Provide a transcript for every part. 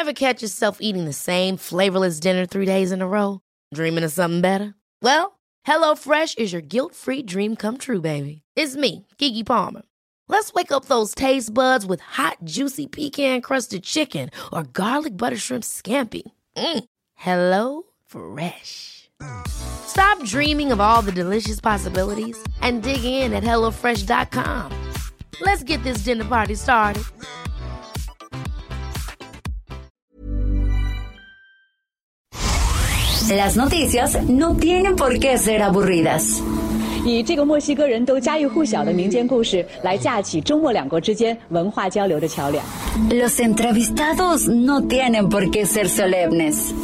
Ever catch yourself eating the same flavorless dinner 3 days in a row? Dreaming of something better? Well, HelloFresh is your guilt-free dream come true, baby. It's me, Keke Palmer. Let's wake up those taste buds with hot, juicy pecan-crusted chicken or garlic butter shrimp scampi. Hello Fresh. Stop dreaming of all the delicious possibilities and dig in at HelloFresh.com. Let's get this dinner party started. Las noticias no tienen por qué ser aburridas. 以这个墨西哥人都家喻户晓的民间故事来架起中墨两国之间文化交流的桥梁。 Los entrevistados no tienen por qué ser solemnes.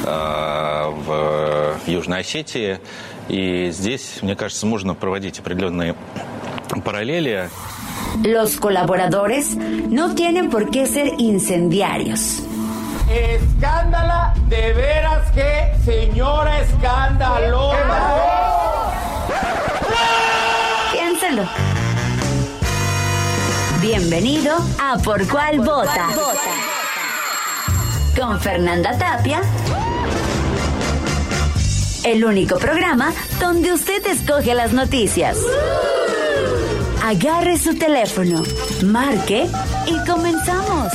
В Южной Осетии, и здесь, мне кажется, можно проводить определенные параллели. Los colaboradores no tienen por qué ser incendiarios. Escándala, de veras que señora escandalosa. Piénsalo. Bienvenido a Por Cuál Vota. Con Fernanda Tapia. El único programa donde usted escoge las noticias. Agarre su teléfono, marque y comenzamos.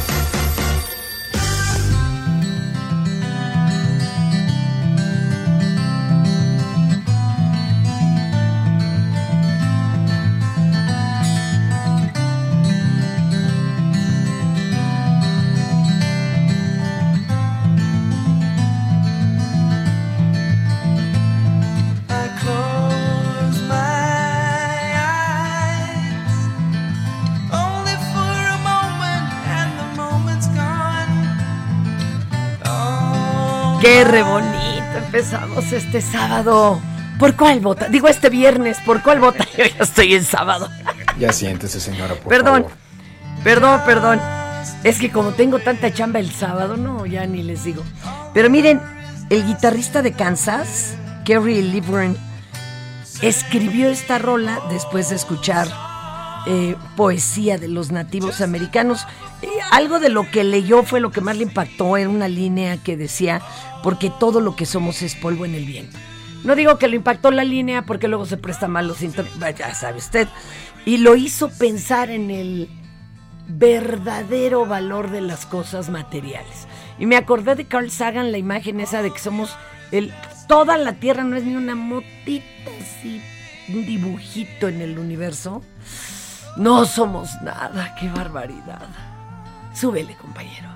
¡Qué re bonito! Empezamos este sábado. ¿Por cuál vota? Digo, este viernes. ¿Por cuál vota? Yo ya estoy en sábado. Ya siéntese, señora, por favor. Perdón. Es que como tengo tanta chamba el sábado, no, ya ni les digo. Pero miren, el guitarrista de Kansas, Kerry Livgren, escribió esta rola después de escuchar poesía de los nativos americanos. Algo de lo que leyó fue lo que más le impactó. Era una línea que decía: porque todo lo que somos es polvo en el viento. No digo que lo impactó la línea porque luego se presta mal los ya sabe usted. Y lo hizo pensar en el verdadero valor de las cosas materiales. Y me acordé de Carl Sagan, la imagen esa de que somos toda la Tierra, no es ni una motita así, un dibujito en el universo. No somos nada, qué barbaridad. Súbele, compañero.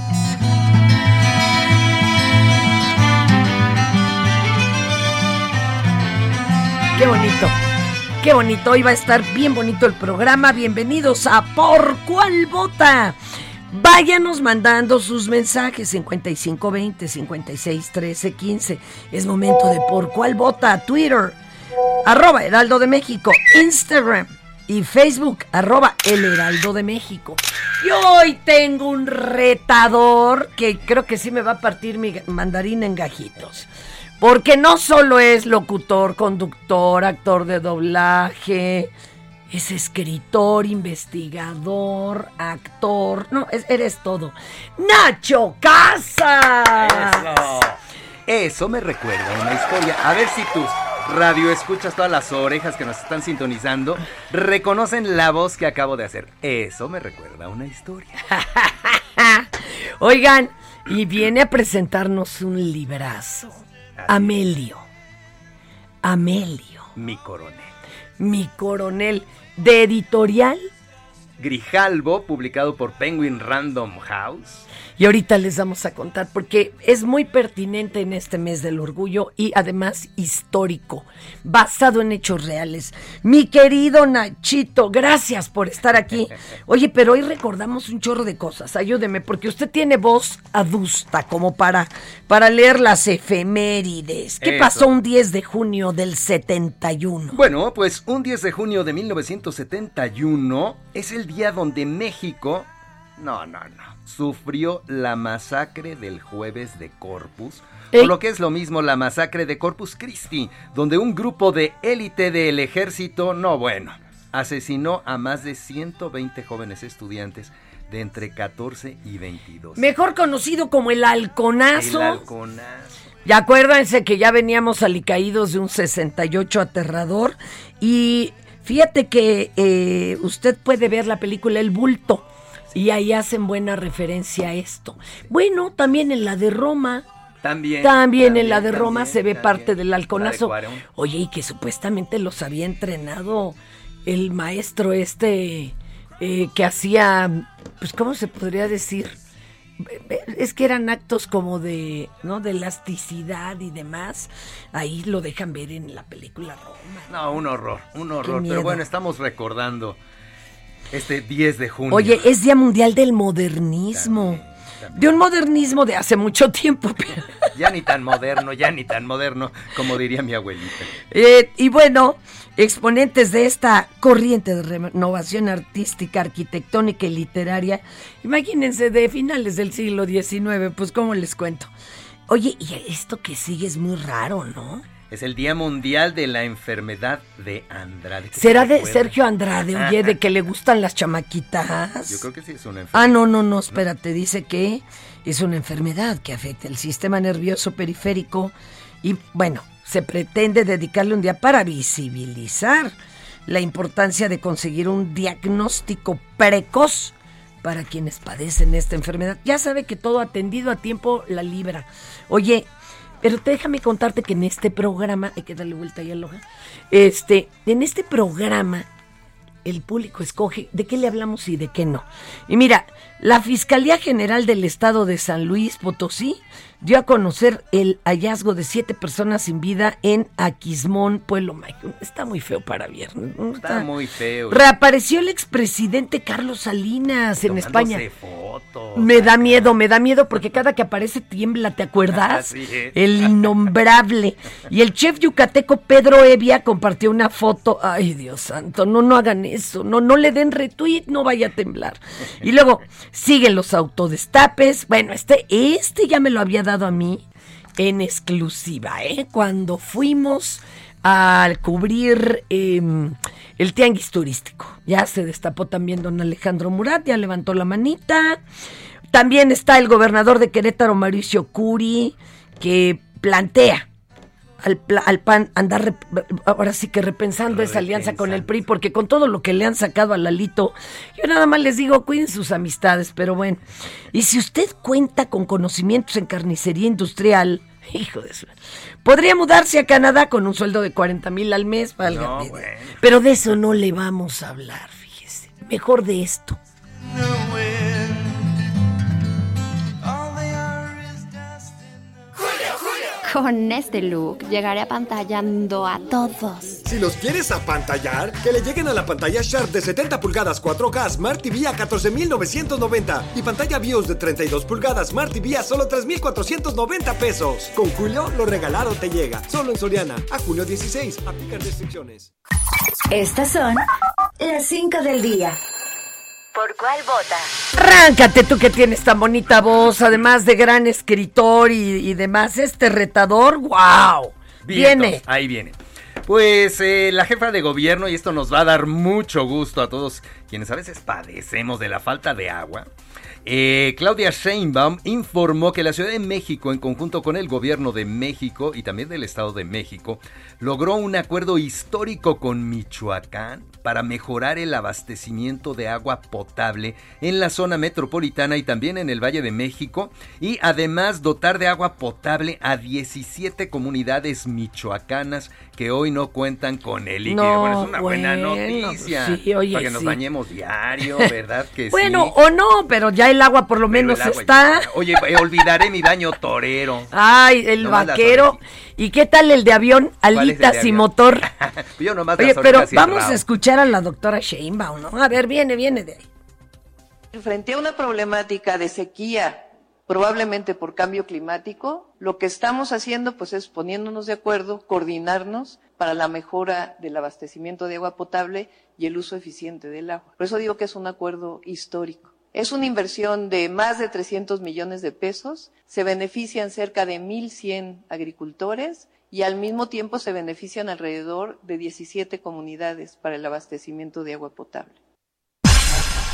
Qué bonito. Hoy va a estar bien bonito el programa. Bienvenidos a Por Cuál Vota. Váyanos mandando sus mensajes 5520 561315. Es momento de Por Cuál Vota. Twitter @Heraldo de México, Instagram y Facebook @El Heraldo de México. Y hoy tengo un retador que creo que sí me va a partir mi mandarín en gajitos. Porque no solo es locutor, conductor, actor de doblaje, es escritor, investigador, actor, no, eres todo. ¡Nacho Casas! Eso me recuerda a una historia. A ver si tus radioescuchas, todas las orejas que nos están sintonizando, reconocen la voz que acabo de hacer. Eso me recuerda a una historia. Oigan, y viene a presentarnos un librazo. Amelio. Mi coronel. De editorial Grijalbo, publicado por Penguin Random House. Y ahorita les vamos a contar porque es muy pertinente en este mes del orgullo y además histórico, basado en hechos reales. Mi querido Nachito, gracias por estar aquí. Oye, pero hoy recordamos un chorro de cosas, ayúdeme, porque usted tiene voz adusta como para leer las efemérides. ¿Qué pasó un 10 de junio del 71? Bueno, pues un 10 de junio de 1971 es el día donde México... No. Sufrió la masacre del Jueves de Corpus, o lo que es lo mismo, la masacre de Corpus Christi, donde un grupo de élite del ejército, asesinó a más de 120 jóvenes estudiantes de entre 14 y 22. Mejor conocido como el halconazo. El halconazo. Y acuérdense que ya veníamos alicaídos de un 68 aterrador. Y fíjate que usted puede ver la película El Bulto. Y ahí hacen buena referencia a esto. Bueno, también en la de Roma. También en la de Roma se ve parte del halconazo. Oye, y que supuestamente los había entrenado el maestro que hacía, pues, ¿cómo se podría decir? Es que eran actos como de, ¿no? De elasticidad y demás. Ahí lo dejan ver en la película Roma. No, un horror. Pero bueno, estamos recordando este 10 de junio. Oye, es Día Mundial del Modernismo. También. De un modernismo de hace mucho tiempo. Pero... Ya ni tan moderno, como diría mi abuelita. Y bueno, exponentes de esta corriente de renovación artística, arquitectónica y literaria, imagínense, de finales del siglo XIX, pues cómo les cuento. Oye, y esto que sigue es muy raro, ¿no? Es el Día Mundial de la Enfermedad de Andrade. ¿Será de Sergio Andrade, oye, de que le gustan las chamaquitas? Yo creo que sí es una enfermedad. No, espérate, dice que es una enfermedad que afecta el sistema nervioso periférico y, bueno, se pretende dedicarle un día para visibilizar la importancia de conseguir un diagnóstico precoz para quienes padecen esta enfermedad. Ya sabe que todo atendido a tiempo la libra. Oye, pero déjame contarte que en este programa, hay que darle vuelta ahí al hoja, en este programa el público escoge de qué le hablamos y de qué no. Y mira, la Fiscalía General del Estado de San Luis Potosí dio a conocer el hallazgo de 7 personas sin vida en Aquismón, Pueblo Mágico. Está muy feo para viernes, ¿no? Está muy feo. Reapareció el expresidente Carlos Salinas en España. Fotos. Me da miedo porque cada que aparece tiembla, ¿te acuerdas? Así es. El innombrable. Y el chef yucateco Pedro Evia compartió una foto. Ay, Dios santo, no hagan eso. No le den retweet, no vaya a temblar. Y luego siguen los autodestapes. Bueno, este ya me lo había dado a mí en exclusiva, cuando fuimos a cubrir el tianguis turístico. Ya se destapó también don Alejandro Murat, ya levantó la manita. También está el gobernador de Querétaro, Mauricio Curi, que plantea al PAN andar ahora sí que repensando esa alianza con el PRI, porque con todo lo que le han sacado a Lalito, yo nada más les digo, cuiden sus amistades, pero bueno. Y si usted cuenta con conocimientos en carnicería industrial, hijo de su... podría mudarse a Canadá con un sueldo de 40,000 al mes, válgame. Bueno. Pero de eso no le vamos a hablar, fíjese. Mejor de esto. Con este look llegaré apantallando a todos. Si los quieres apantallar, que le lleguen a la pantalla Sharp de 70 pulgadas 4K Smart TV a 14,990 y pantalla BIOS de 32 pulgadas Smart TV a solo 3,490 pesos. Con Julio, lo regalado te llega. Solo en Soriana. A junio 16. Aplican restricciones. Estas son las 5 del día. ¿Por cuál vota? Arráncate tú que tienes tan bonita voz, además de gran escritor y demás, retador, ¡wow! Viene. Ahí viene. Pues la jefa de gobierno, y esto nos va a dar mucho gusto a todos quienes a veces padecemos de la falta de agua, Claudia Sheinbaum informó que la Ciudad de México, en conjunto con el Gobierno de México y también del Estado de México, logró un acuerdo histórico con Michoacán para mejorar el abastecimiento de agua potable en la zona metropolitana y también en el Valle de México, y además dotar de agua potable a 17 comunidades michoacanas que hoy no cuentan con el líquido. No, bueno, es una buena noticia. Sí, oye, para que nos bañemos diario, ¿verdad? Que bueno, sí. O no, pero ya el agua por lo menos está. Oye, olvidaré mi baño torero. Ay, el vaquero. ¿Y qué tal el de avión? Alitas y motor. Yo nomás. Oye, pero vamos a escuchar a la doctora Sheinbaum, ¿no? A ver, viene de ahí. Frente a una problemática de sequía, probablemente por cambio climático, lo que estamos haciendo pues es poniéndonos de acuerdo, coordinarnos para la mejora del abastecimiento de agua potable y el uso eficiente del agua. Por eso digo que es un acuerdo histórico. Es una inversión de más de 300 millones de pesos, se benefician cerca de 1,100 agricultores y al mismo tiempo se benefician alrededor de 17 comunidades para el abastecimiento de agua potable.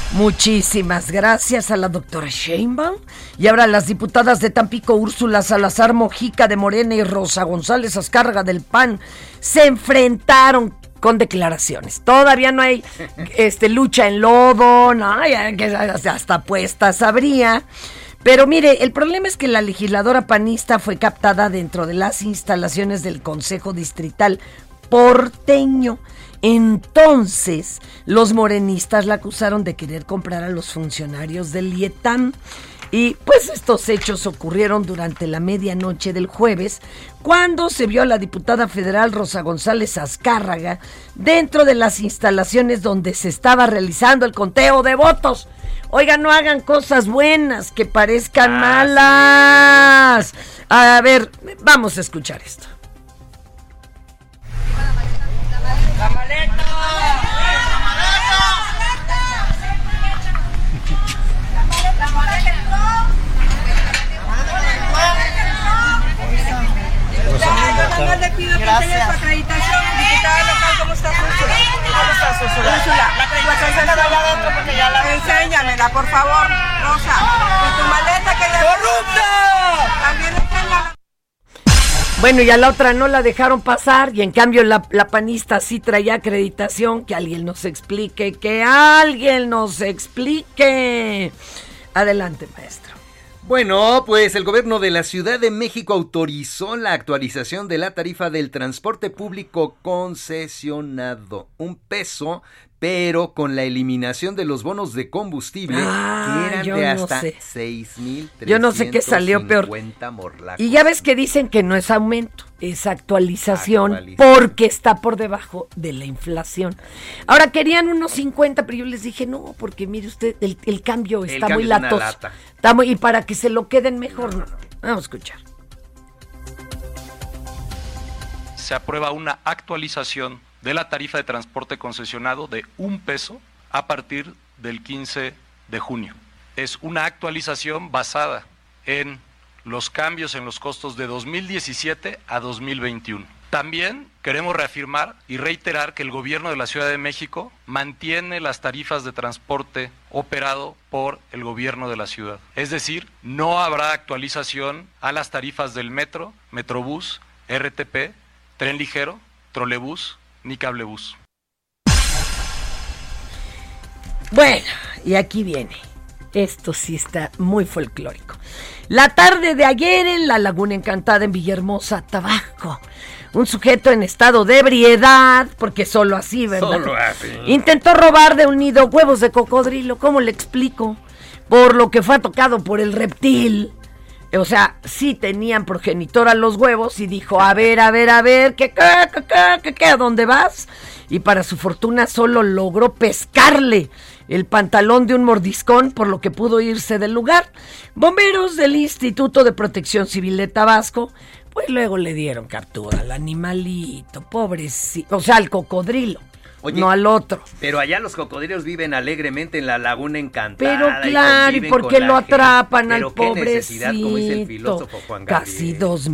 Muchísimas gracias a la doctora Sheinbaum. Y ahora las diputadas de Tampico, Úrsula Salazar Mojica de Morena y Rosa González Azcárraga del PAN, se enfrentaron con declaraciones. Todavía no hay lucha en lodo, no, hasta apuestas habría. Pero mire, el problema es que la legisladora panista fue captada dentro de las instalaciones del Consejo Distrital porteño. Entonces, los morenistas la acusaron de querer comprar a los funcionarios del IETAM. Y pues estos hechos ocurrieron durante la medianoche del jueves, cuando se vio a la diputada federal Rosa González Azcárraga dentro de las instalaciones donde se estaba realizando el conteo de votos. Oigan, no hagan cosas buenas que parezcan malas. A ver, vamos a escuchar esto. ¡La maleta! Nada más le pido que tenga su acreditación. Diputada local, ¿cómo está Úrsula? ¿Cómo está Úrsula? La acreditación se la doy adentro porque ya la... Enséñamela, por favor, Rosa. Y tu maleta que le... ¡Corrupta! También está en la... Bueno, y a la otra no la dejaron pasar, y en cambio la panista sí traía acreditación. Que alguien nos explique, Adelante, maestro. Bueno, pues el gobierno de la Ciudad de México autorizó la actualización de la tarifa del transporte público concesionado. $1, pero con la eliminación de los bonos de combustible, que eran de hasta 6,350. Yo no sé qué salió peor. Morlacos. Y ya ves que dicen que no es aumento, es actualización, porque está por debajo de la inflación. Ahora querían unos 50, pero yo les dije no, porque mire usted, el cambio está muy latoso. Y para que se lo queden mejor, no. Vamos a escuchar. Se aprueba una actualización de la tarifa de transporte concesionado de $1 a partir del 15 de junio. Es una actualización basada en los cambios en los costos de 2017 a 2021. También queremos reafirmar y reiterar que el gobierno de la Ciudad de México mantiene las tarifas de transporte operado por el gobierno de la ciudad. Es decir, no habrá actualización a las tarifas del metro, metrobús, RTP, tren ligero, trolebús ni cablebús. Bueno, y aquí viene. Esto sí está muy folclórico. La tarde de ayer en la Laguna Encantada en Villahermosa, Tabasco, un sujeto en estado de ebriedad, porque solo así, ¿verdad? Solo así. Intentó robar de un nido huevos de cocodrilo. ¿Cómo le explico? Por lo que fue atacado por el reptil. O sea, sí tenían progenitora los huevos y dijo, a ver, ¿qué? ¿A dónde vas? Y para su fortuna solo logró pescarle el pantalón de un mordiscón, por lo que pudo irse del lugar. Bomberos del Instituto de Protección Civil de Tabasco, pues luego le dieron captura al animalito, pobrecito, o sea, al cocodrilo. Oye, no al otro. Pero allá los cocodrilos viven alegremente en la Laguna Encantada. Pero claro, ¿y por qué lo atrapan al pobrecito? Como dice el filósofo Juan Gabriel. Casi 2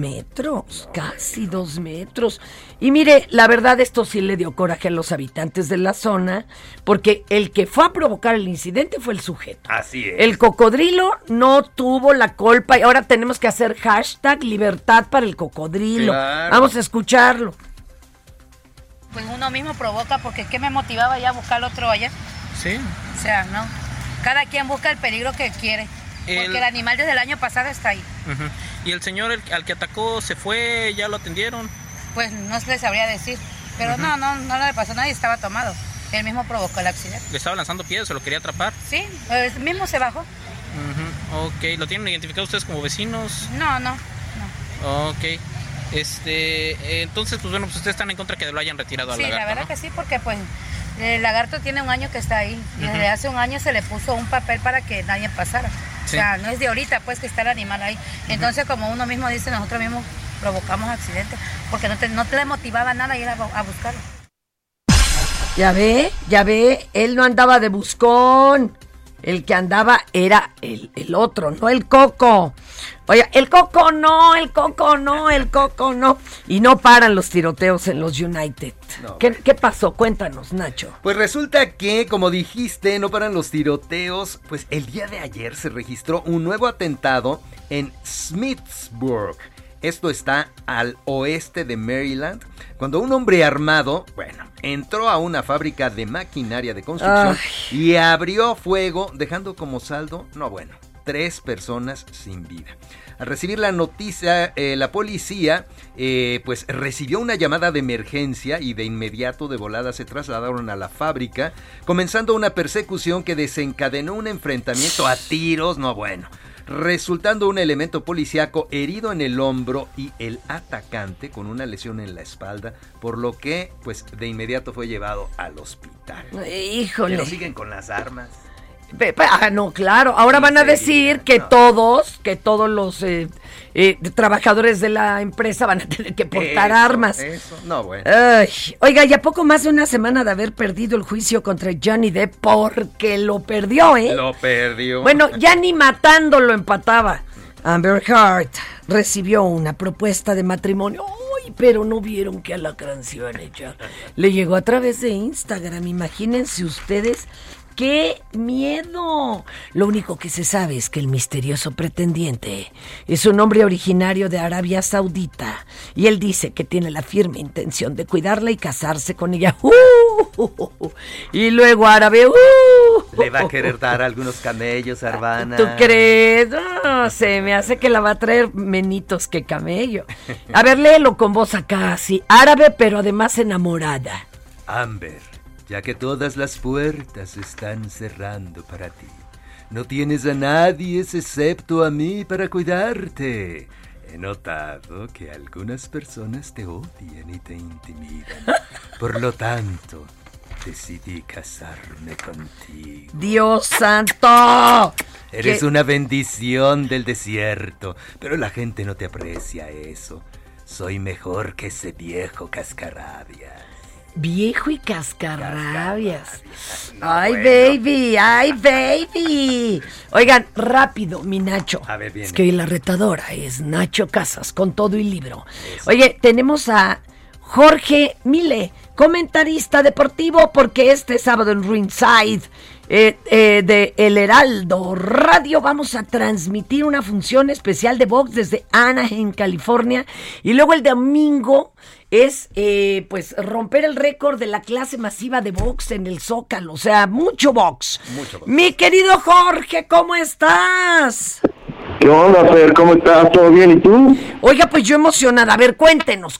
metros. Y mire, la verdad esto sí le dio coraje a los habitantes de la zona, porque el que fue a provocar el incidente fue el sujeto. Así es. El cocodrilo no tuvo la culpa y ahora tenemos que hacer #libertad para el cocodrilo. Claro. Vamos a escucharlo. Pues uno mismo provoca, porque ¿qué me motivaba ya a buscar al otro allá? Sí. O sea, no. Cada quien busca el peligro que quiere. Porque el animal desde el año pasado está ahí. Uh-huh. ¿Y el señor al que atacó se fue? ¿Ya lo atendieron? Pues no se le sabría decir. Pero uh-huh. no le pasó nada y estaba tomado. Él mismo provocó el accidente. ¿Le estaba lanzando piedras? ¿Se lo quería atrapar? Sí, él mismo se bajó. Uh-huh. Ok. ¿Lo tienen identificado ustedes como vecinos? No. Ok. Entonces, pues bueno, pues ustedes están en contra que lo hayan retirado al lagarto. Sí, la verdad, ¿no? Que sí, porque pues el lagarto tiene 1 año que está ahí. Y desde hace 1 año se le puso un papel para que nadie pasara. Sí. O sea, no es de ahorita pues que está el animal ahí. Entonces, como uno mismo dice, nosotros mismos provocamos accidentes, porque no te motivaba nada ir a buscarlo. Ya ve, él no andaba de buscón. El que andaba era el otro, no el Coco. Oiga, el Coco no. Y no paran los tiroteos en los United. No, ¿Qué pasó? Cuéntanos, Nacho. Pues resulta que, como dijiste, no paran los tiroteos. Pues el día de ayer se registró un nuevo atentado en Smithsburg. Esto está al oeste de Maryland, cuando un hombre armado, entró a una fábrica de maquinaria de construcción y abrió fuego, dejando como saldo, 3 personas sin vida. Al recibir la noticia, la policía pues recibió una llamada de emergencia y de inmediato de volada se trasladaron a la fábrica, comenzando una persecución que desencadenó un enfrentamiento a tiros, resultando un elemento policíaco herido en el hombro y el atacante con una lesión en la espalda, por lo que pues de inmediato fue llevado al hospital. Híjole. Pero siguen con las armas. No, claro. Ahora van a decir que todos los trabajadores de la empresa van a tener que portar armas. Eso, Oiga, y a poco más de una semana de haber perdido el juicio contra Johnny Depp, porque lo perdió, Lo perdió. Bueno, ya ni matándolo empataba. Amber Heard recibió una propuesta de matrimonio. Pero no vieron que a la canción ella le llegó a través de Instagram. Imagínense ustedes. ¡Qué miedo! Lo único que se sabe es que el misterioso pretendiente es un hombre originario de Arabia Saudita y él dice que tiene la firme intención de cuidarla y casarse con ella. Y luego árabe. Le va a querer dar algunos camellos, Arbana. ¿Tú crees? No, se me hace que la va a traer menitos que camello. A ver, léelo con voz acá, así, árabe, pero además enamorada. Amber, ya que todas las puertas se están cerrando para ti, no tienes a nadie excepto a mí para cuidarte. He notado que algunas personas te odian y te intimidan. Por lo tanto, decidí casarme contigo. ¡Dios santo! Eres una bendición del desierto, pero la gente no te aprecia eso. Soy mejor que ese viejo cascarrabias. Viejo y cascarrabias. Baby, ay, baby. Oigan, rápido, mi Nacho. A ver, bien. Es que hoy la retadora es Nacho Casas, con todo y libro. Eso. Oye, tenemos a Jorge Mile, comentarista deportivo, porque este sábado en Ringside de El Heraldo Radio vamos a transmitir una función especial de box desde Anaheim, California, y luego el domingo es pues romper el récord de la clase masiva de box en el Zócalo, o sea, mucho box. Mi querido Jorge, ¿cómo estás? ¿Qué onda, Fer? ¿Cómo estás? ¿Todo bien? ¿Y tú? Oiga, pues yo emocionada, a ver, cuéntenos.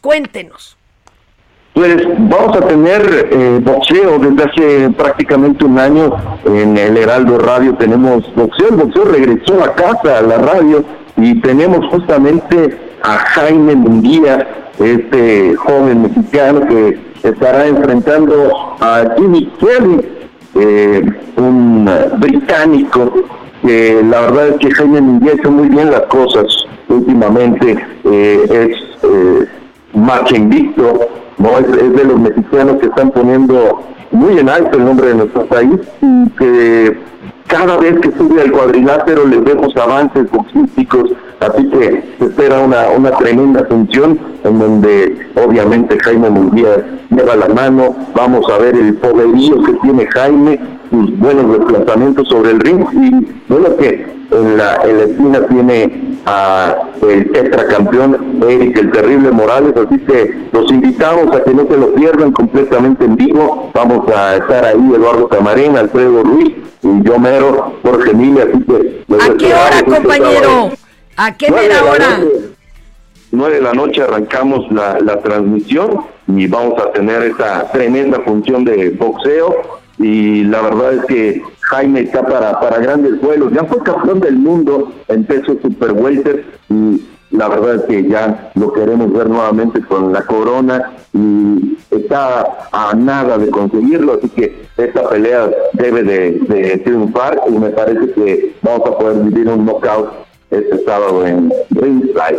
Pues vamos a tener boxeo desde hace prácticamente un año en el Heraldo Radio. Tenemos boxeo, el boxeo regresó a casa, a la radio, y tenemos justamente a Jaime Munguía, este joven mexicano que estará enfrentando a Jimmy Kelly, un británico, que la verdad es que Jaime Munguía ha hecho muy bien las cosas últimamente, es marcha invicto. No, es de los mexicanos que están poniendo muy en alto el nombre de nuestro país, que cada vez que sube al cuadrilátero les vemos avances boxísticos, así que se espera una tremenda función en donde obviamente Jaime Munguía lleva la mano. Vamos a ver el poderío que tiene Jaime, sus buenos desplazamientos sobre el ring, y bueno, que en la esquina tiene a el tetracampeón Eric el Terrible Morales, así que los invitamos a que no se lo pierdan completamente en vivo. Vamos a estar ahí Eduardo Camarena, Alfredo Ruiz y yo mero, Jorge Mille, así que... ¿A qué hora, compañero? ¿A qué mera hora? 9 de la noche arrancamos la transmisión y vamos a tener esta tremenda función de boxeo, y la verdad es que Jaime está para grandes vuelos. Ya fue campeón del mundo en peso super welter y la verdad es que ya lo queremos ver nuevamente con la corona y está a nada de conseguirlo, así que esta pelea debe de triunfar y me parece que vamos a poder vivir un knockout este sábado en Ringside.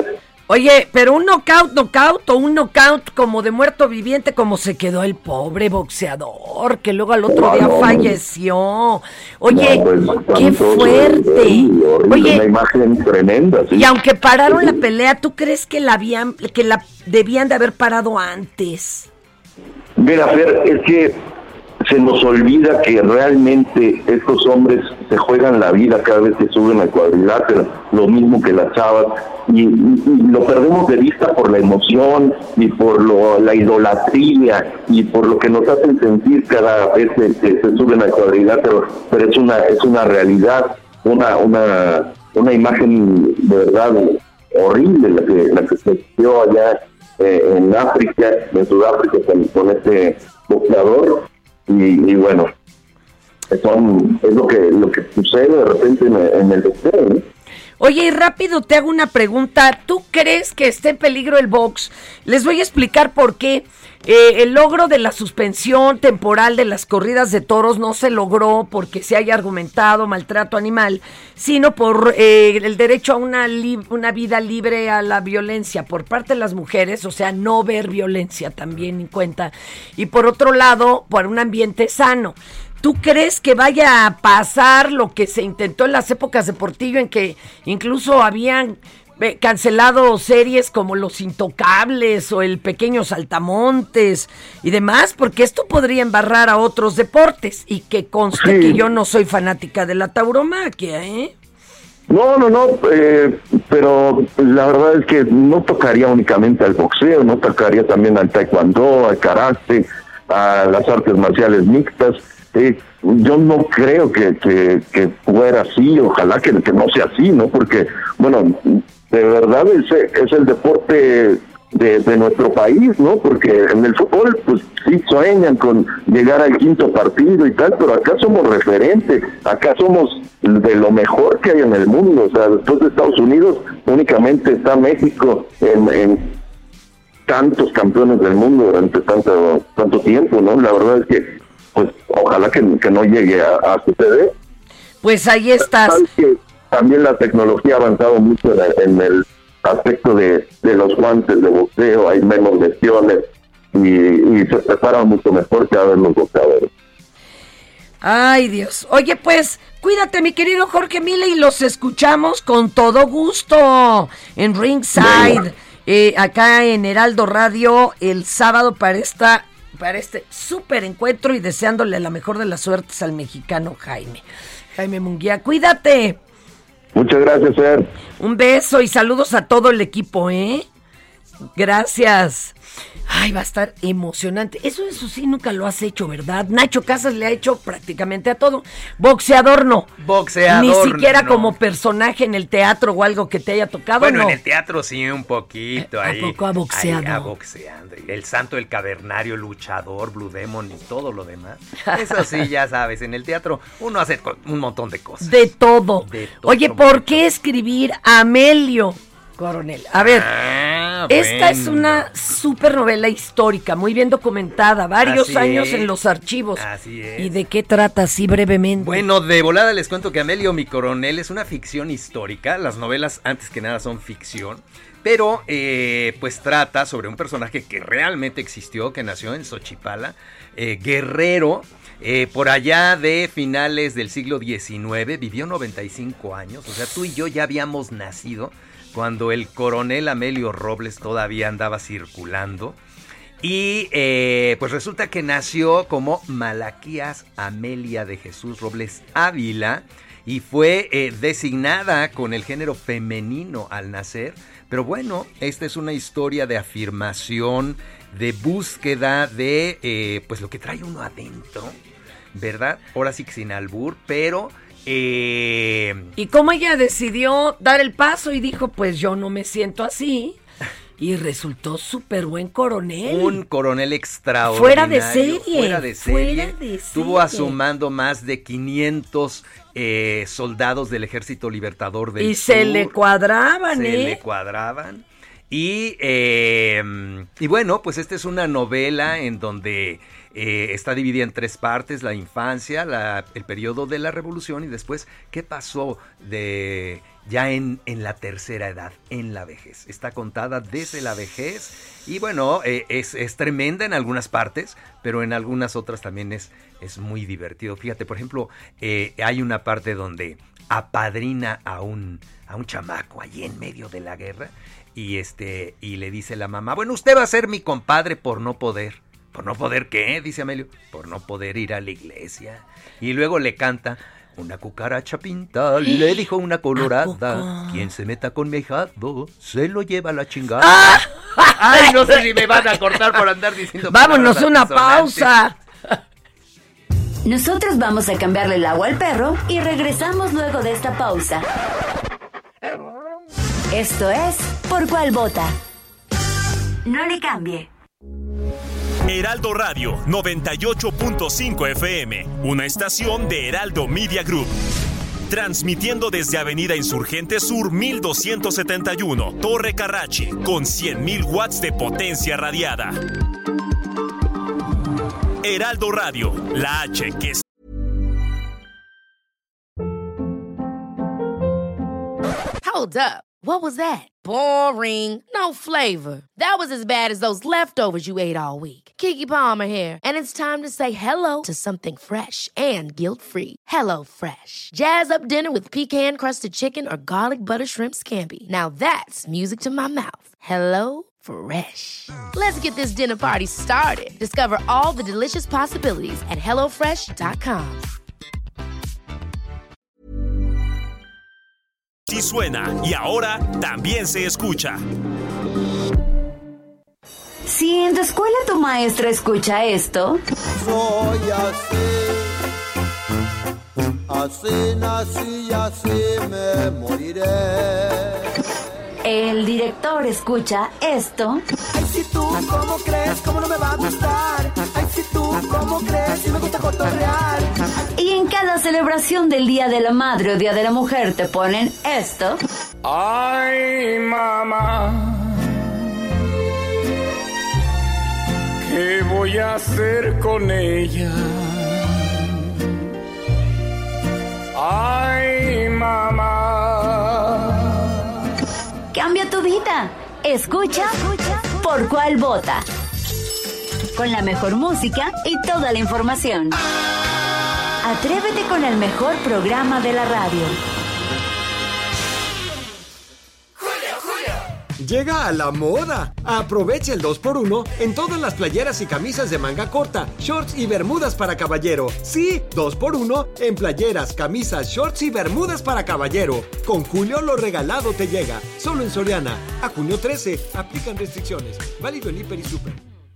Oye, pero un knockout o un knockout como de muerto viviente, como se quedó el pobre boxeador, que luego al otro día falleció. Oye, qué fuerte. Oye, una imagen tremenda, ¿sí? Y aunque pararon la pelea, ¿tú crees que la debían de haber parado antes? Mira, Fer, es que se nos olvida que realmente estos hombres se juegan la vida cada vez que suben al cuadrilátero, lo mismo que las chavas, y lo perdemos de vista por la emoción y por la idolatría y por lo que nos hacen sentir cada vez que se suben al cuadrilátero, pero es una realidad, una imagen de verdad horrible la que se dio allá en África, en Sudáfrica con este boxeador. Y bueno, es lo que sucede de repente en el boxeo, ¿no? Oye, y rápido te hago una pregunta. ¿Tú crees que esté en peligro el box? Les voy a explicar por qué. El logro de la suspensión temporal de las corridas de toros no se logró porque se haya argumentado maltrato animal, sino por el derecho a una vida libre a la violencia por parte de las mujeres, o sea, no ver violencia también en cuenta, y por otro lado, por un ambiente sano. ¿Tú crees que vaya a pasar lo que se intentó en las épocas de Portillo, en que incluso habían cancelado series como Los Intocables o El Pequeño Saltamontes y demás? Porque esto podría embarrar a otros deportes, y que conste que yo no soy fanática de la tauromaquia, ¿eh? No, pero la verdad es que no tocaría únicamente al boxeo, no tocaría también al taekwondo, al karate, a las artes marciales mixtas. Yo no creo que fuera así, ojalá que no sea así, ¿no? Porque, bueno, de verdad es el deporte de nuestro país, ¿no? Porque en el fútbol, pues sí sueñan con llegar al quinto partido y tal, pero acá somos referentes, acá somos de lo mejor que hay en el mundo. O sea, después de Estados Unidos, únicamente está México en tantos campeones del mundo durante tanto tiempo, ¿no? La verdad es que pues ojalá que no llegue a suceder. Pues ahí estás. Que también la tecnología ha avanzado mucho en el aspecto de los guantes de boxeo, hay menos lesiones y se preparan mucho mejor que ahora los boxeadores. Ay, Dios. Oye, pues, cuídate, mi querido Jorge Mila, y los escuchamos con todo gusto en Ringside, acá en Heraldo Radio, el sábado para este súper encuentro, y deseándole la mejor de las suertes al mexicano Jaime Munguía. Cuídate. Muchas gracias, Fer. Un beso y saludos a todo el equipo, Gracias. Ay, va a estar emocionante. Eso sí nunca lo has hecho, ¿verdad? Nacho Casas le ha hecho prácticamente a todo. Boxeador no. Ni siquiera no. Como personaje en el teatro o algo que te haya tocado, bueno, no. En el teatro sí, un poquito. ¿A poco ha boxeado? Ha boxeando. El santo, el cavernario, luchador, Blue Demon y todo lo demás. Eso sí, ya sabes, en el teatro uno hace un montón de cosas. De todo. Oye, ¿por qué escribir Amelio Coronel? A ver, esta es una super novela histórica, muy bien documentada, varios años en los archivos. Así es. ¿Y de qué trata, así brevemente? Bueno, de volada les cuento que Amelio mi Coronel es una ficción histórica. Las novelas, antes que nada, son ficción. Pero, pues trata sobre un personaje que realmente existió, que nació en Xochipala, guerrero, por allá de finales del siglo XIX, vivió 95 años. O sea, tú y yo ya habíamos nacido cuando el coronel Amelio Robles todavía andaba circulando. Y pues resulta que nació como Malaquías Amelia de Jesús Robles Ávila y fue designada con el género femenino al nacer. Pero bueno, esta es una historia de afirmación, de búsqueda de pues lo que trae uno adentro, ¿verdad? Ahora sí que sin albur, pero... Y cómo ella decidió dar el paso y dijo, pues yo no me siento así, y resultó súper buen coronel. Un coronel extraordinario. Fuera de serie. Fuera de serie. Estuvo a su mando más de 500 soldados del Ejército Libertador del Sur. Y se le cuadraban, Se le cuadraban. Y bueno, pues esta es una novela en donde está dividida en 3 partes: la infancia, el periodo de la revolución y después qué pasó ya en la tercera edad, en la vejez. Está contada desde la vejez y bueno, es tremenda en algunas partes, pero en algunas otras también es muy divertido. Fíjate, por ejemplo, hay una parte donde apadrina a un chamaco allí en medio de la guerra y le dice la mamá: bueno, usted va a ser mi compadre por no poder. ¿Por no poder qué?, dice Amelio. Por no poder ir a la iglesia. Y luego le canta: una cucaracha pinta, le dijo una colorada, quien se meta con mi ahijado, se lo lleva a la chingada. Ay, no sé si me van a cortar por andar diciendo. Vámonos a una pausa. Nosotros vamos a cambiarle el agua al perro y regresamos luego de esta pausa. Esto es ¿Por cuál vota? No le cambie. Heraldo Radio 98.5 FM, una estación de Heraldo Media Group. Transmitiendo desde Avenida Insurgente Sur 1271, Torre Carrache, con 100.000 watts de potencia radiada. Heraldo Radio, la H que es... Hold up. What was that? Boring. No flavor. That was as bad as those leftovers you ate all week. Keke Palmer here, and it's time to say hello to something fresh and guilt-free. Hello Fresh. Jazz up dinner with pecan-crusted chicken or garlic butter shrimp scampi. Now that's music to my mouth. Hello Fresh. Let's get this dinner party started. Discover all the delicious possibilities at HelloFresh.com. Sí suena y ahora también se escucha. Si en tu escuela tu maestra escucha esto, soy así nací y así me moriré. El director escucha esto. Ay, si tú, ¿cómo crees? ¿Cómo no me va a gustar? Ay, si tú, ¿cómo crees? Si me gusta cotorrear. Y en cada celebración del Día de la Madre o Día de la Mujer te ponen esto. Ay, mamá, ¿qué voy a hacer con ella? Ay, mamá. Cambia tu vida. Escucha ¿Por cuál vota? Con la mejor música y toda la información. Atrévete con el mejor programa de la radio. Llega a la moda. Aprovecha el 2x1 en todas las playeras y camisas de manga corta, shorts y bermudas para caballero. Sí, 2x1 en playeras, camisas, shorts y bermudas para caballero. Con Julio lo regalado te llega. Solo en Soriana. A junio 13. Aplican restricciones. Válido en Hiper y Super.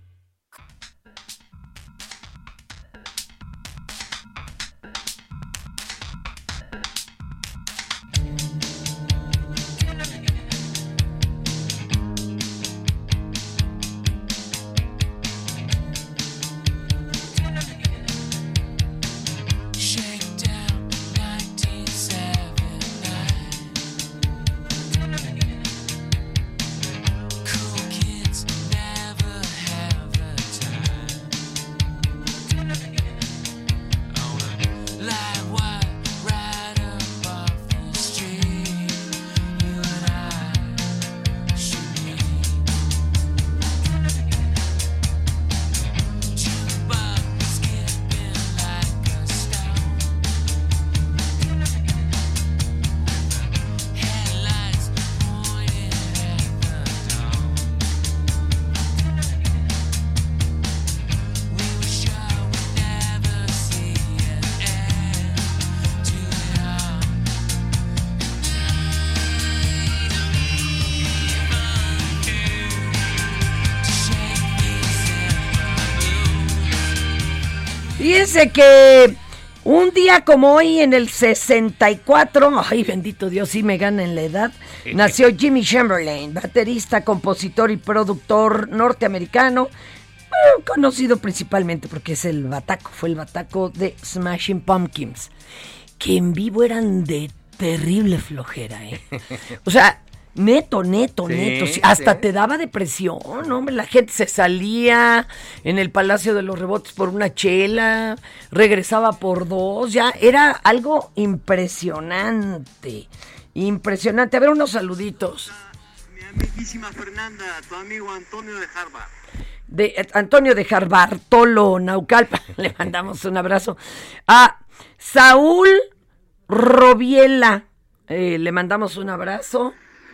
Fíjense que un día como hoy en el 64, ay bendito Dios, sí me gana en la edad, nació Jimmy Chamberlain, baterista, compositor y productor norteamericano, conocido principalmente porque fue el bataco de Smashing Pumpkins, que en vivo eran de terrible flojera, O sea, Neto. Sí, hasta te daba depresión, hombre. La gente se salía en el Palacio de los Rebotes por una chela, regresaba por 2, ya era algo impresionante. A ver, unos saluditos. Mi amiguísima Fernanda, tu amigo Antonio de Harvard. Antonio de Harvard, Tolo, Naucalpan, le mandamos un abrazo. A Saúl Robiela, le mandamos un abrazo.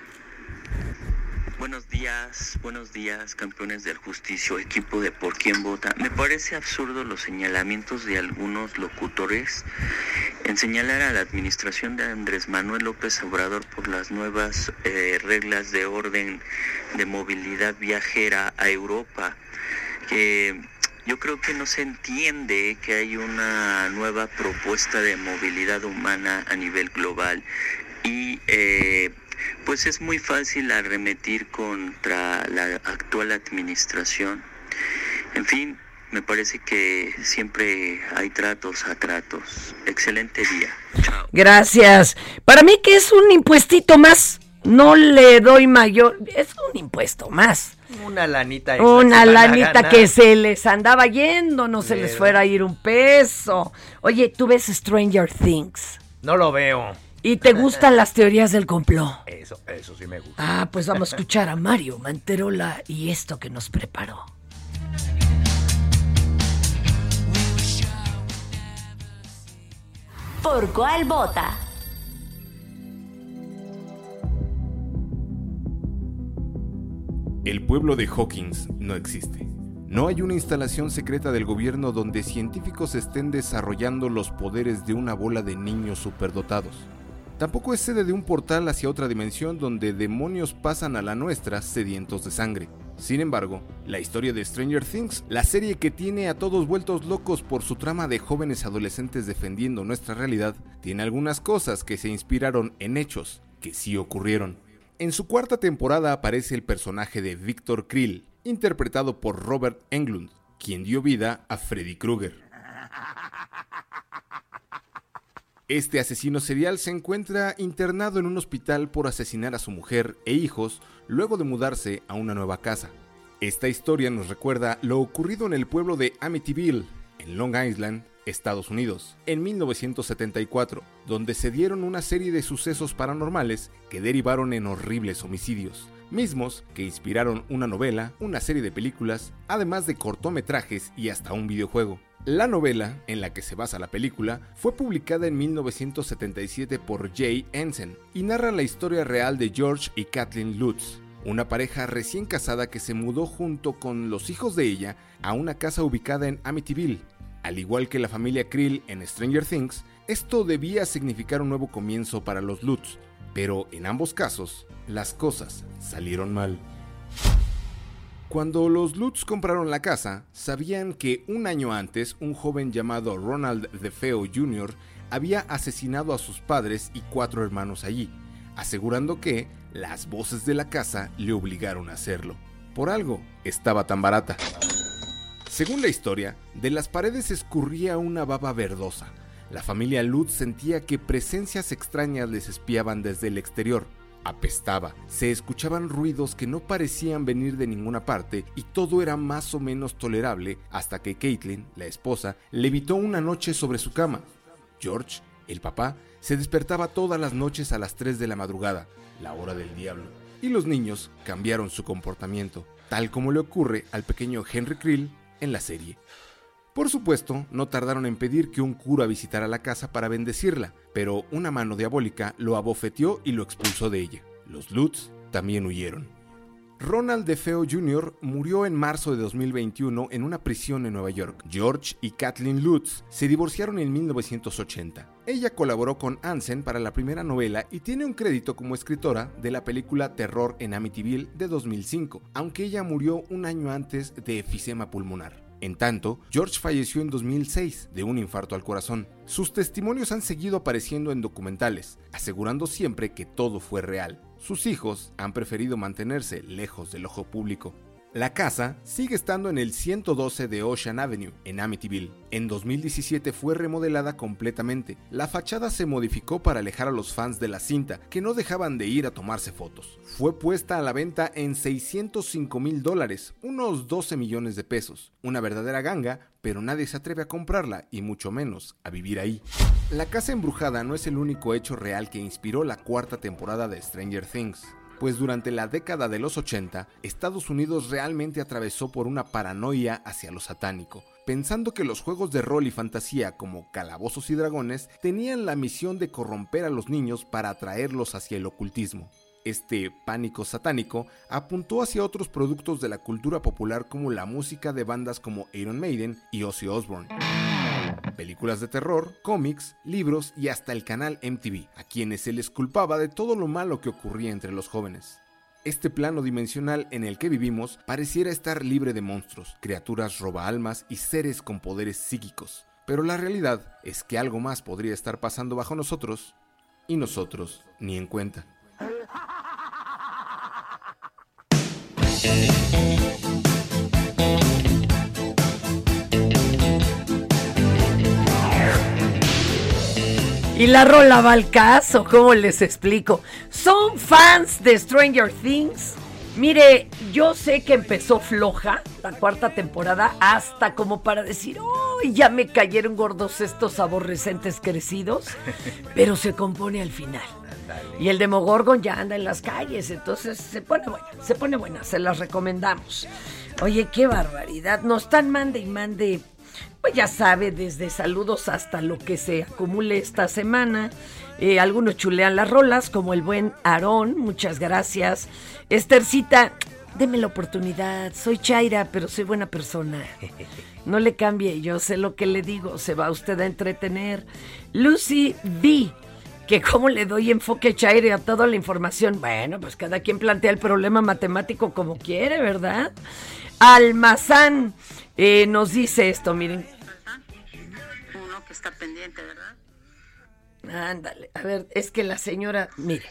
Buenos días, campeones del Justicio, equipo de Por Quién Vota. Me parece absurdo los señalamientos de algunos locutores en señalar a la administración de Andrés Manuel López Obrador por las nuevas reglas de orden de movilidad viajera a Europa. Que yo creo que no se entiende que hay una nueva propuesta de movilidad humana a nivel global y pues es muy fácil arremeter contra la actual administración. En fin, me parece que siempre hay tratos a tratos. Excelente día. Chao. Gracias. Para mí que es un impuestito más. No le doy mayor. Es un impuesto más. Una lanita. Una lanita que se les andaba yendo. No se les fuera a ir un peso. Oye, ¿tú ves Stranger Things? No lo veo. ¿Y te gustan las teorías del complot? Eso sí me gusta. Ah, pues vamos a escuchar a Mario Manterola y esto que nos preparó. ¿Por cuál vota? El pueblo de Hawkins no existe. No hay una instalación secreta del gobierno donde científicos estén desarrollando los poderes de una bola de niños superdotados. Tampoco es sede de un portal hacia otra dimensión donde demonios pasan a la nuestra sedientos de sangre. Sin embargo, la historia de Stranger Things, la serie que tiene a todos vueltos locos por su trama de jóvenes adolescentes defendiendo nuestra realidad, tiene algunas cosas que se inspiraron en hechos que sí ocurrieron. En su cuarta temporada aparece el personaje de Victor Krill, interpretado por Robert Englund, quien dio vida a Freddy Krueger. Este asesino serial se encuentra internado en un hospital por asesinar a su mujer e hijos luego de mudarse a una nueva casa. Esta historia nos recuerda lo ocurrido en el pueblo de Amityville, en Long Island, Estados Unidos, en 1974, donde se dieron una serie de sucesos paranormales que derivaron en horribles homicidios, mismos que inspiraron una novela, una serie de películas, además de cortometrajes y hasta un videojuego. La novela, en la que se basa la película, fue publicada en 1977 por Jay Henson y narra la historia real de George y Kathleen Lutz, una pareja recién casada que se mudó junto con los hijos de ella a una casa ubicada en Amityville. Al igual que la familia Krill en Stranger Things, esto debía significar un nuevo comienzo para los Lutz, pero en ambos casos, las cosas salieron mal. Cuando los Lutz compraron la casa, sabían que un año antes un joven llamado Ronald DeFeo Jr. había asesinado a sus padres y 4 hermanos allí, asegurando que las voces de la casa le obligaron a hacerlo. Por algo estaba tan barata. Según la historia, de las paredes escurría una baba verdosa. La familia Lutz sentía que presencias extrañas les espiaban desde el exterior. Apestaba, se escuchaban ruidos que no parecían venir de ninguna parte y todo era más o menos tolerable hasta que Caitlin, la esposa, levitó una noche sobre su cama. George, el papá, se despertaba todas las noches a las 3 de la madrugada, la hora del diablo, y los niños cambiaron su comportamiento, tal como le ocurre al pequeño Henry Krill en la serie. Por supuesto, no tardaron en pedir que un cura visitara la casa para bendecirla, pero una mano diabólica lo abofeteó y lo expulsó de ella. Los Lutz también huyeron. Ronald DeFeo Jr. murió en marzo de 2021 en una prisión en Nueva York. George y Kathleen Lutz se divorciaron en 1980. Ella colaboró con Hansen para la primera novela y tiene un crédito como escritora de la película Terror en Amityville de 2005, aunque ella murió un año antes de efisema pulmonar. En tanto, George falleció en 2006 de un infarto al corazón. Sus testimonios han seguido apareciendo en documentales, asegurando siempre que todo fue real. Sus hijos han preferido mantenerse lejos del ojo público. La casa sigue estando en el 112 de Ocean Avenue, en Amityville. En 2017 fue remodelada completamente. La fachada se modificó para alejar a los fans de la cinta, que no dejaban de ir a tomarse fotos. Fue puesta a la venta en $605,000, unos 12 millones de pesos. Una verdadera ganga, pero nadie se atreve a comprarla, y mucho menos a vivir ahí. La casa embrujada no es el único hecho real que inspiró la cuarta temporada de Stranger Things. Pues durante la década de los 80, Estados Unidos realmente atravesó por una paranoia hacia lo satánico, pensando que los juegos de rol y fantasía como Calabozos y Dragones tenían la misión de corromper a los niños para atraerlos hacia el ocultismo. Este pánico satánico apuntó hacia otros productos de la cultura popular como la música de bandas como Iron Maiden y Ozzy Osbourne, películas de terror, cómics, libros y hasta el canal MTV, a quienes se les culpaba de todo lo malo que ocurría entre los jóvenes. Este plano dimensional en el que vivimos pareciera estar libre de monstruos, criaturas robaalmas y seres con poderes psíquicos, pero la realidad es que algo más podría estar pasando bajo nosotros y nosotros ni en cuenta. Y la rola va al caso, ¿cómo les explico? ¿Son fans de Stranger Things? Mire, yo sé que empezó floja la cuarta temporada, hasta como para decir, ¡oh, ya me cayeron gordos estos aborrecentes crecidos! Pero se compone al final. Y el Demogorgon ya anda en las calles, entonces se pone buena, se las recomendamos. Oye, qué barbaridad, nos están mande y mande. Pues ya sabe, desde saludos hasta lo que se acumule esta semana. Algunos chulean las rolas, como el buen Aarón, muchas gracias. Esthercita, deme la oportunidad, soy Chaira, pero soy buena persona. No le cambie, yo sé lo que le digo, se va usted a entretener. Lucy B, que cómo le doy enfoque Chaira a toda la información. Bueno, pues cada quien plantea el problema matemático como quiere, ¿verdad? Almazán nos dice esto, miren. Uno que está pendiente, ¿verdad? Ándale, a ver, es que la señora, mire.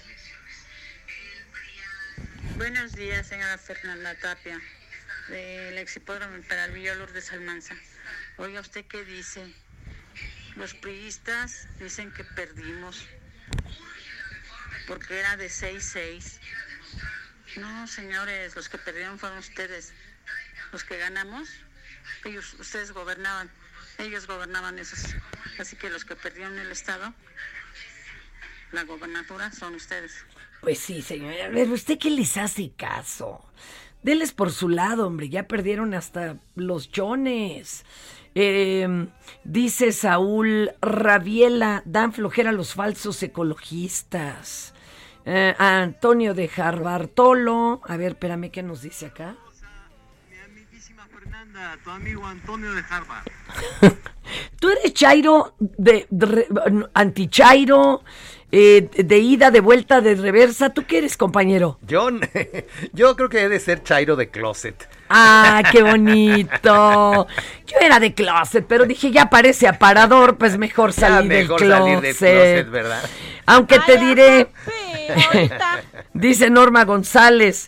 Buenos días, señora Fernanda Tapia, del Exhipódromo Imperial Villa Lourdes Almanza. Oiga, ¿usted qué dice? Los priistas dicen que perdimos porque era de 6-6. No, señores, los que perdieron fueron ustedes. Los que ganamos, ustedes gobernaban, ellos gobernaban esos. Así que los que perdieron el Estado, la gobernatura, son ustedes. Pues sí, señora, a ver, ¿usted qué les hace caso? Denles por su lado, hombre, ya perdieron hasta los chones. Dice Saúl Rabiela, dan flojera a los falsos ecologistas. Antonio de Jarbartolo, a ver, espérame, ¿qué nos dice acá? Fernanda, tu amigo Antonio de Harvard. ¿Tú eres Chairo, anti-Chairo, de ida, de vuelta, de reversa? ¿Tú qué eres, compañero? Yo creo que he de ser Chairo de closet. ¡Ah, qué bonito! Yo era de closet, pero dije, ya parece aparador, pues mejor salir del closet, ¿verdad? Aunque te diré, dice Norma González,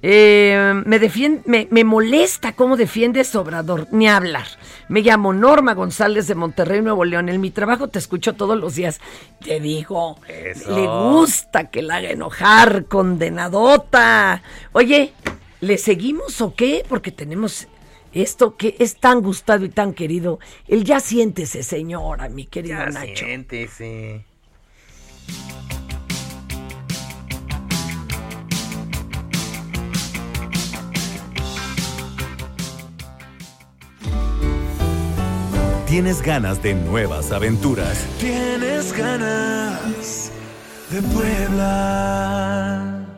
me molesta cómo defiendes Obrador, ni hablar. Me llamo Norma González de Monterrey, Nuevo León. En mi trabajo te escucho todos los días. Te digo, eso. Le gusta que la haga enojar, condenadota. Oye, ¿le seguimos o qué? Porque tenemos esto que es tan gustado y tan querido. El ya siéntese, señora, mi querido ya Nacho. Ya siéntese. ¿Tienes ganas de nuevas aventuras? ¿Tienes ganas de Puebla?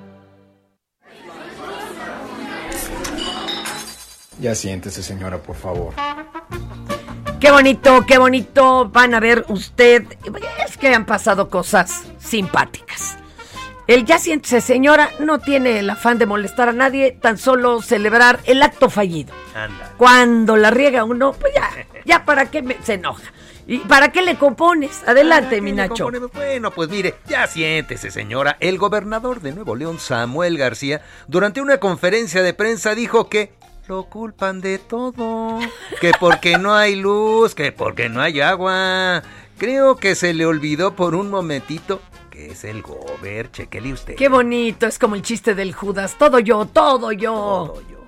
Ya siéntese, señora, por favor. Qué bonito. Van a ver usted. Es que han pasado cosas simpáticas. El ya siéntese, señora, no tiene el afán de molestar a nadie, tan solo celebrar el acto fallido. Anda. Cuando la riega uno, pues ya para qué se enoja. ¿Y para qué le compones? Adelante, mi Nacho. Bueno, pues mire, ya siéntese, señora. El gobernador de Nuevo León, Samuel García, durante una conferencia de prensa dijo que lo culpan de todo. Que porque no hay luz, que porque no hay agua. Creo que se le olvidó por un momentito que es el gober, chequele usted. Qué bonito, es como el chiste del Judas. Todo yo, todo yo. Todo yo.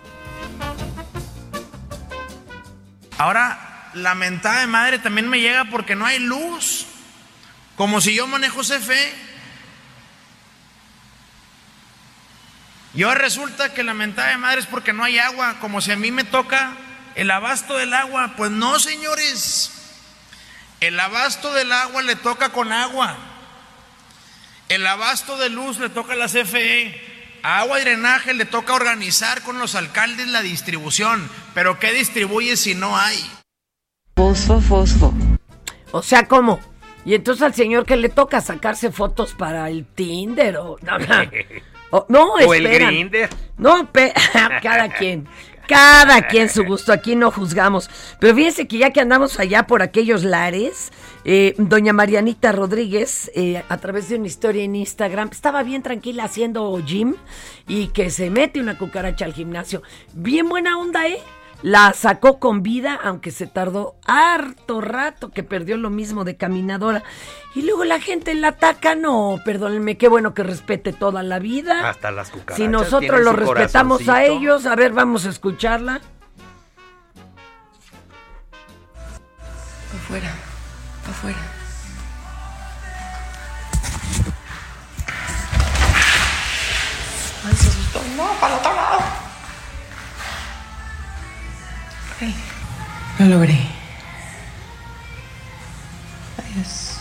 Ahora, la mentada de madre también me llega porque no hay luz. Como si yo manejo CFE. Y ahora resulta que la mentada de madre es porque no hay agua, como si a mí me toca el abasto del agua. Pues no, señores. El abasto del agua le toca con agua. El abasto de luz le toca a la CFE. A agua y drenaje le toca organizar con los alcaldes la distribución. Pero ¿qué distribuye si no hay? Fosfo. O sea, ¿cómo? Y entonces al señor que le toca sacarse fotos para el Tinder o... No, o el esperan. Grindr. No, cada quien su gusto, aquí no juzgamos. Pero fíjense que ya que andamos allá por aquellos lares, doña Marianita Rodríguez, a través de una historia en Instagram, estaba bien tranquila haciendo gym y que se mete una cucaracha al gimnasio. Bien buena onda, La sacó con vida, aunque se tardó harto rato, que perdió lo mismo de caminadora. Y luego la gente la ataca. No, perdónenme, qué bueno que respete toda la vida. Hasta las cucarachas. Si nosotros lo respetamos a ellos, a ver, vamos a escucharla. Afuera. Ay, se asustó. No, para el otro lado. Lo logré. Adiós.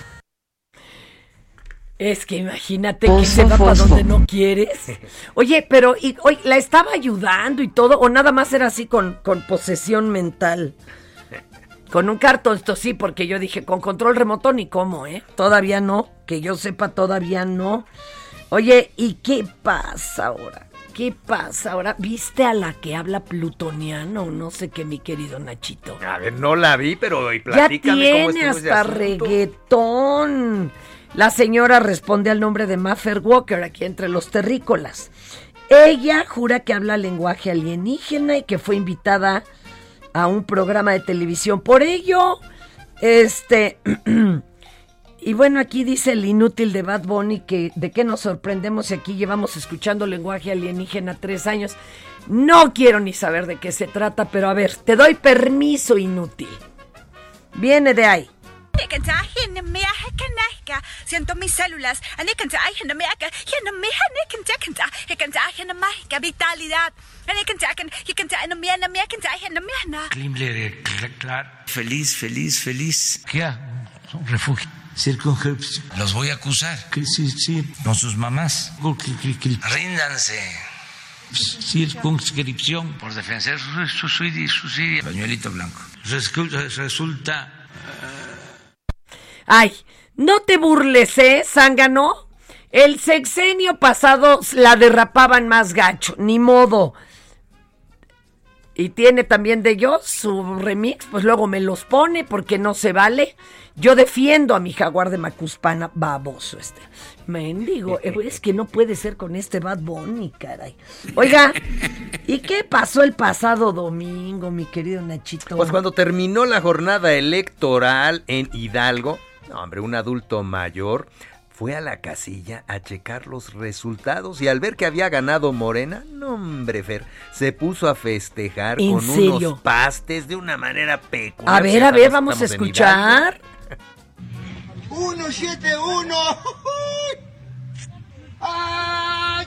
Es que imagínate que se va para donde no quieres. Oye, pero ¿la estaba ayudando y todo? ¿O nada más era así con posesión mental? Con un cartón, esto sí, porque yo dije, con control remoto ni cómo, Todavía no, que yo sepa, todavía no. Oye, ¿y qué pasa ahora? ¿Viste a la que habla plutoniano? No sé qué, mi querido Nachito. A ver, no la vi, pero platícame ya cómo tiene estuvo hasta reggaetón. La señora responde al nombre de Maffer Walker, aquí entre los terrícolas. Ella jura que habla lenguaje alienígena y que fue invitada a un programa de televisión por ello. Y bueno, aquí dice el inútil de Bad Bunny que de qué nos sorprendemos si aquí llevamos escuchando lenguaje alienígena 3 años. No quiero ni saber de qué se trata, pero a ver, te doy permiso, inútil. Viene de ahí. Siento mis células. Vitalidad. Feliz. ¿Qué? Refugio. Circunscripción. Los voy a acusar. Sí. Con sus mamás. Ríndanse. Circunscripción. Por defender su subsidio. Pañuelito blanco. Resulta... Ay, no te burles, zángano. El sexenio pasado la derrapaban más gacho, ni modo. Y tiene también de ellos su remix, pues luego me los pone porque no se vale. Yo defiendo a mi jaguar de Macuspana, baboso mendigo, es que no puede ser con este Bad Bunny, caray. Oiga, ¿y qué pasó el pasado domingo, mi querido Nachito? Pues cuando terminó la jornada electoral en Hidalgo, hombre, un adulto mayor fue a la casilla a checar los resultados y al ver que había ganado Morena, no hombre, Fer, se puso a festejar con unos pastes de una manera peculiar. A ver, vamos a escuchar. 171. Ay.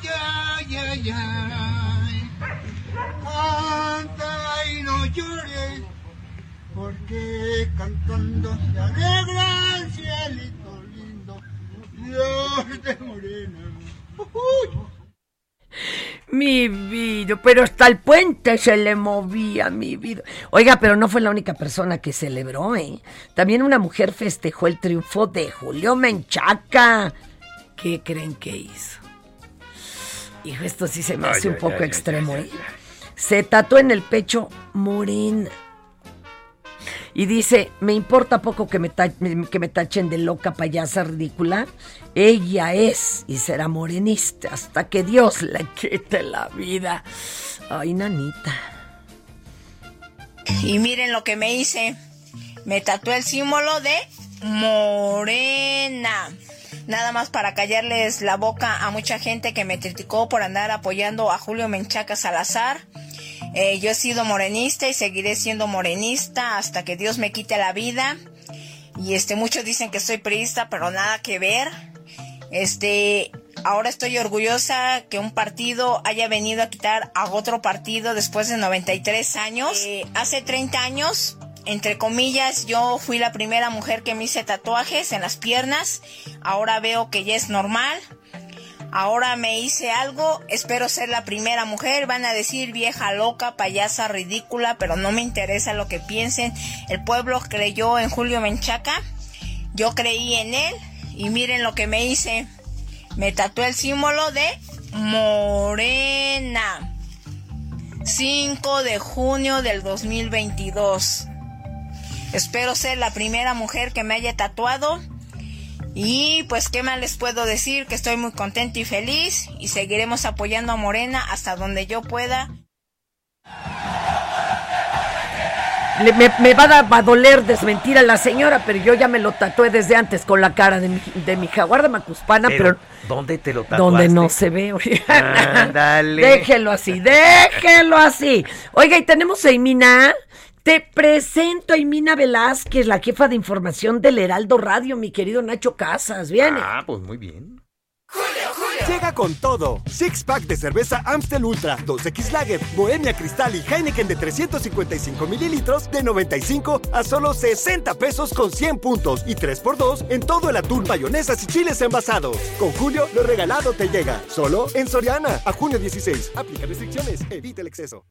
Canta y no llores, porque cantando se alegra el cielito lindo. Dios de Morena. Mi vida, pero hasta el puente se le movía, mi vida. Oiga, pero no fue la única persona que celebró, También una mujer festejó el triunfo de Julio Menchaca. ¿Qué creen que hizo? Hijo, esto sí se me hace un poco extremo, Se tatuó en el pecho Morena. Y dice, me importa poco que me tachen de loca, payasa, ridícula. Ella es y será morenista hasta que Dios le quite la vida. Ay, nanita. Y miren lo que me hice. Me tatué el símbolo de Morena. Nada más para callarles la boca a mucha gente que me criticó por andar apoyando a Julio Menchaca Salazar. Yo he sido morenista y seguiré siendo morenista hasta que Dios me quite la vida. Y muchos dicen que soy priista, pero nada que ver. Ahora estoy orgullosa que un partido haya venido a quitar a otro partido después de 93 años. Hace 30 años, entre comillas, yo fui la primera mujer que me hice tatuajes en las piernas. Ahora veo que ya es normal. Ahora me hice algo, espero ser la primera mujer. Van a decir vieja loca, payasa, ridícula, pero no me interesa lo que piensen. El pueblo creyó en Julio Menchaca, yo creí en él y miren lo que me hice. Me tatué el símbolo de Morena. 5 de junio del 2022. Espero ser la primera mujer que me haya tatuado. Y pues qué más les puedo decir, que estoy muy contenta y feliz y seguiremos apoyando a Morena hasta donde yo pueda. Me va a doler desmentir a la señora, pero yo ya me lo tatué desde antes con la cara de mi jaguar de Macuspana, pero ¿dónde te lo tatuaste? Donde no se ve, oiga. Ándale. Déjelo así. Oiga, y tenemos a Imina. Te presento a Imina Velázquez, la jefa de información del Heraldo Radio, mi querido Nacho Casas. Viene. Pues muy bien. Llega con todo. Six pack de cerveza Amstel Ultra, 2X Lager, Bohemia Cristal y Heineken de 355 mililitros de 95 a solo 60 pesos con 100 puntos y 3x2 en todo el atún, mayonesas y chiles envasados. Con Julio, lo regalado te llega. Solo en Soriana. A junio 16. Aplica restricciones. Evita el exceso.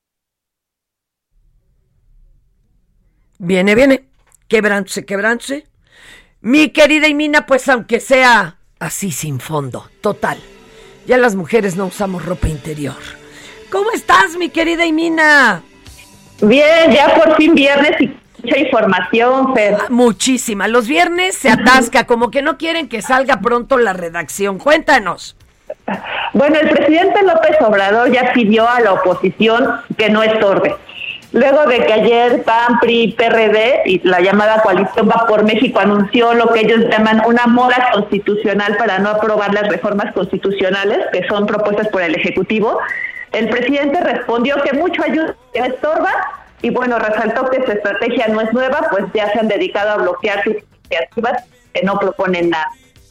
Viene. Quebrándose. Mi querida Imina, pues aunque sea así sin fondo, total. Ya las mujeres no usamos ropa interior. ¿Cómo estás, mi querida Imina? Bien, ya por fin viernes y mucha información, Fer. Muchísima. Los viernes se atasca, como que no quieren que salga pronto la redacción. Cuéntanos. Bueno, el presidente López Obrador ya pidió a la oposición que no estorbe. Luego de que ayer PAN, PRI, PRD y la llamada Coalición Va por México anunció lo que ellos llaman una mora constitucional para no aprobar las reformas constitucionales que son propuestas por el Ejecutivo, el presidente respondió que mucho ayuda que no estorba y bueno, resaltó que su estrategia no es nueva, pues ya se han dedicado a bloquear sus iniciativas que no proponen nada.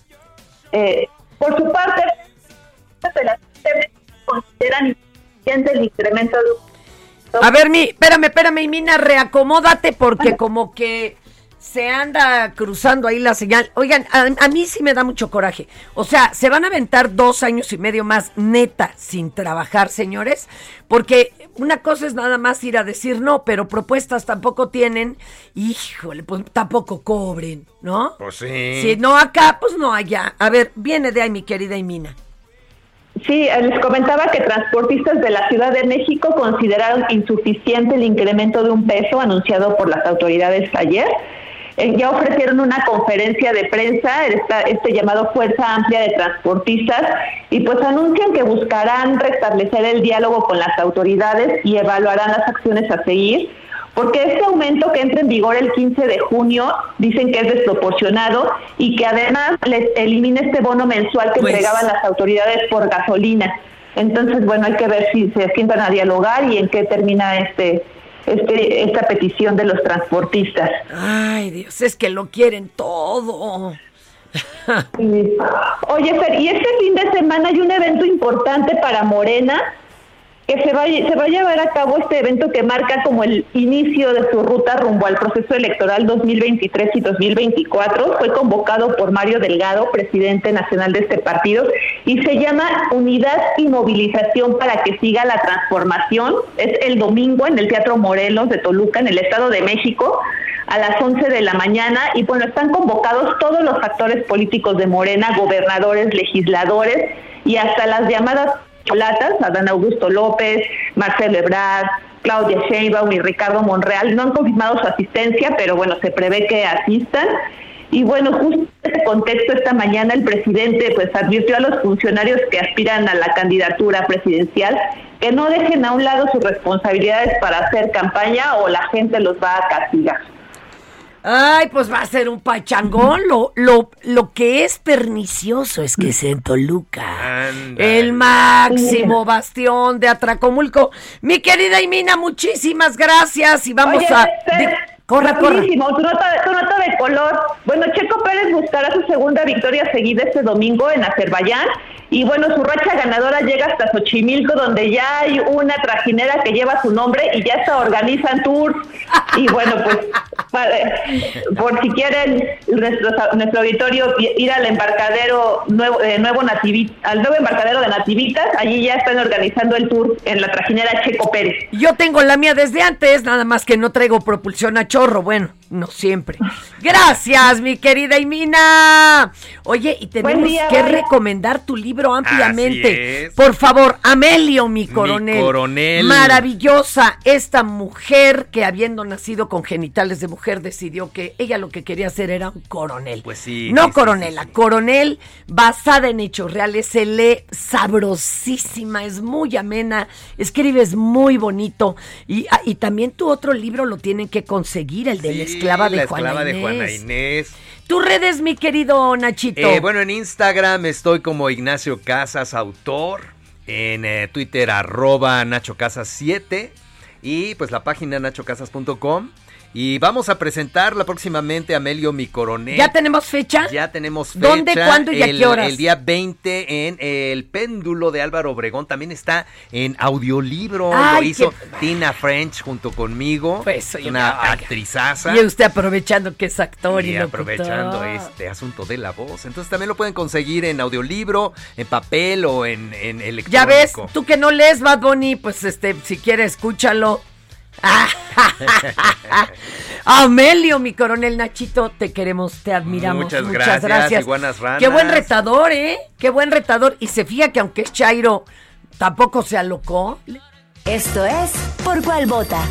Por su parte, las consideran insuficiente el incremento de... A ver, espérame, Imina, reacomódate porque como que se anda cruzando ahí la señal. Oigan, a mí sí me da mucho coraje. O sea, se van a aventar 2 años y medio más, neta, sin trabajar, señores, porque una cosa es nada más ir a decir no, pero propuestas tampoco tienen. Híjole, pues tampoco cobren, ¿no? Pues sí. Si no acá, pues no allá. A ver, viene de ahí, mi querida Imina. Sí, les comentaba que transportistas de la Ciudad de México consideraron insuficiente el incremento de 1 peso anunciado por las autoridades ayer. Ya ofrecieron una conferencia de prensa, este llamado Fuerza Amplia de Transportistas, y pues anuncian que buscarán restablecer el diálogo con las autoridades y evaluarán las acciones a seguir, porque este aumento que entra en vigor el 15 de junio dicen que es desproporcionado y que además les elimina este bono mensual que entregaban las autoridades por gasolina. Entonces, bueno, hay que ver si se sientan a dialogar y en qué termina esta petición de los transportistas. Ay, Dios, es que lo quieren todo. Sí. Oye, Fer, y este fin de semana hay un evento importante para Morena, que se va a llevar a cabo este evento que marca como el inicio de su ruta rumbo al proceso electoral 2023 y 2024. Fue convocado por Mario Delgado, presidente nacional de este partido, y se llama Unidad y Movilización para que siga la transformación. Es el domingo en el Teatro Morelos de Toluca, en el Estado de México, a las 11 de la mañana, y bueno, están convocados todos los actores políticos de Morena, gobernadores, legisladores y hasta las llamadas corcholatas, Adán Augusto López, Marcelo Ebrard, Claudia Sheinbaum y Ricardo Monreal. No han confirmado su asistencia, pero bueno, se prevé que asistan. Y bueno, justo en este contexto, esta mañana el presidente pues advirtió a los funcionarios que aspiran a la candidatura presidencial que no dejen a un lado sus responsabilidades para hacer campaña o la gente los va a castigar. Ay, pues va a ser un pachangón. Lo que es pernicioso es que es en Toluca. Ándale. El máximo bastión de Atracomulco. Mi querida Imina, muchísimas gracias y vamos Corra. Tu nota de color. Bueno, Checo Pérez buscará su segunda victoria seguida este domingo en Azerbaiyán. Y bueno, su racha ganadora llega hasta Xochimilco, donde ya hay una trajinera que lleva su nombre y ya se organizan tours. Y bueno, pues, por si quieren nuestro auditorio ir al embarcadero al nuevo embarcadero de Nativitas, allí ya están organizando el tour en la trajinera Checo Pérez. Yo tengo la mía desde antes, nada más que no traigo propulsión a chorro, bueno, no siempre. Gracias, mi querida Imina. Oye, y tenemos que recomendar tu libro ampliamente. Por favor, Amelio, mi coronel. Maravillosa esta mujer que, habiendo nacido con genitales de mujer, decidió que ella lo que quería hacer era un coronel. Pues sí. No coronela, coronel, basada en hechos reales, se lee sabrosísima, es muy amena, escribes muy bonito. Y también tu otro libro lo tienen que conseguir, el de la esclava de Juana Inés. ¿Tus redes, mi querido Nachito? Bueno, en Instagram estoy como Ignacio Casas, autor. En Twitter, @NachoCasas7. Y pues la página nachocasas.com. Y vamos a presentarla próximamente, Amelio, mi coronel. ¿Ya tenemos fecha? Ya tenemos fecha. ¿Dónde, cuándo y a qué horas? El día 20 en El Péndulo de Álvaro Obregón. También está en audiolibro. Lo hizo Tina French junto conmigo. Pues una actrizaza. Y usted aprovechando que es actor y aprovechando este asunto de la voz. Entonces también lo pueden conseguir en audiolibro, en papel o en electrónico. Ya ves, tú que no lees, Bad Bunny, pues si quieres, escúchalo. Amelio, mi coronel. Nachito, te queremos, te admiramos. Muchas gracias. Iguanas ranas. Qué buen retador, qué buen retador. Y se fija que aunque es chairo, tampoco se alocó. Esto es ¿Por cuál vota?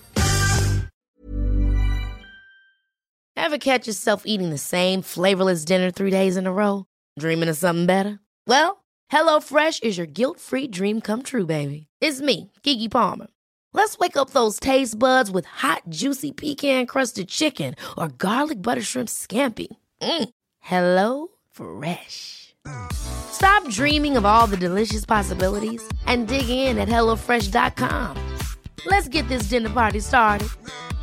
Ever catch yourself eating the same flavorless dinner 3 days in a row? Dreaming of something better? Well, HelloFresh is your guilt-free dream come true, baby. It's me, Keke Palmer. Let's wake up those taste buds with hot, juicy pecan-crusted chicken or garlic butter shrimp scampi. Hello Fresh. Stop dreaming of all the delicious possibilities and dig in at HelloFresh.com. Let's get this dinner party started.